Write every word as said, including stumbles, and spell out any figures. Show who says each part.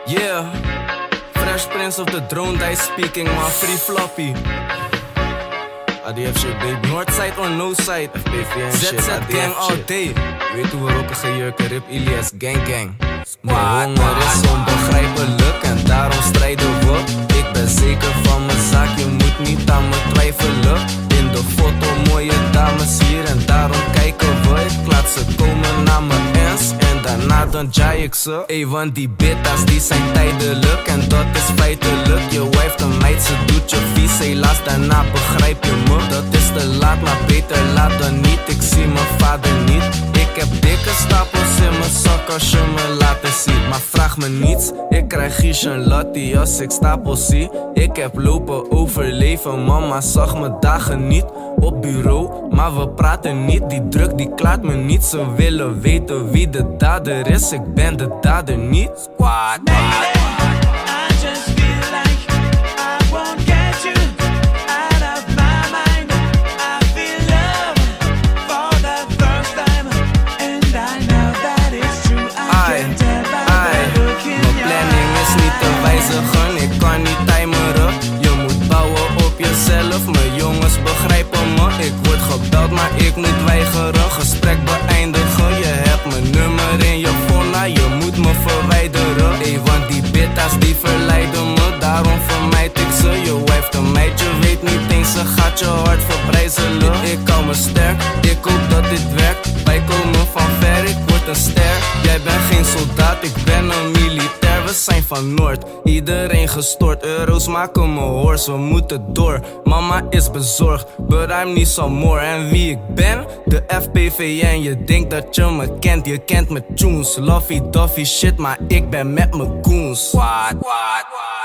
Speaker 1: Yeah, Fresh Prince of the Drone Die speaking, man, free floppy. A D F shit, baby. Northside or no side? F P V N shit, Z Z gang all day. Weet hoe we roken gejurken, Rip Ilias, gang gang. Mijn honger is onbegrijpelijk en daarom strijden we. Ik ben zeker van mijn zaak, je moet niet aan me twijfelen. In de foto mooie dames hier en daarom kijken we. Ik laat ze komen naar mijn ens en daarna dan jai ik ze. Ey, want die bittas die zijn tijdelijk en dat is feitelijk. Je wife de meid, ze doet je vies, helaas daarna begrijp je me. Dat is te laat, maar beter laat dan niet. Ik zie mijn vader niet. Ik heb dikke stapels in mijn zak als je me laten zien. Maar vraag me niets, ik krijg Gies en Lottie als ik stapels zie. Ik heb lopen overleven, mama zag me dagen niet op bureau, maar we praten niet. Die druk die klaart me niet, ze willen weten wie de dader is. Ik ben de dader niet. Squad, squad. Ik kan niet timeren, je moet bouwen op jezelf. Mijn jongens begrijpen me, ik word gebeld maar ik moet weigeren. Gesprek beëindigen, je hebt mijn nummer in je phone, je moet me verwijderen. Ey, want die bittas die verleiden me, daarom vermijd ik ze. Je wife de meid, je weet niet eens, ze gaat je hart verbrijzelen. Ik hou me sterk, ik hoop dat dit werkt. Wij komen van ver, ik word een ster. Jij bent geen soldaat, ik ben een militair. We zijn van Noord, iedereen gestort. Euro's maken me hoors, we moeten door. Mama is bezorgd, but I'm niet so more. En wie ik ben? De F P V N. Je denkt dat je me kent, je kent me tunes. Lovey dovey shit, maar ik ben met mijn goons. What, what, what?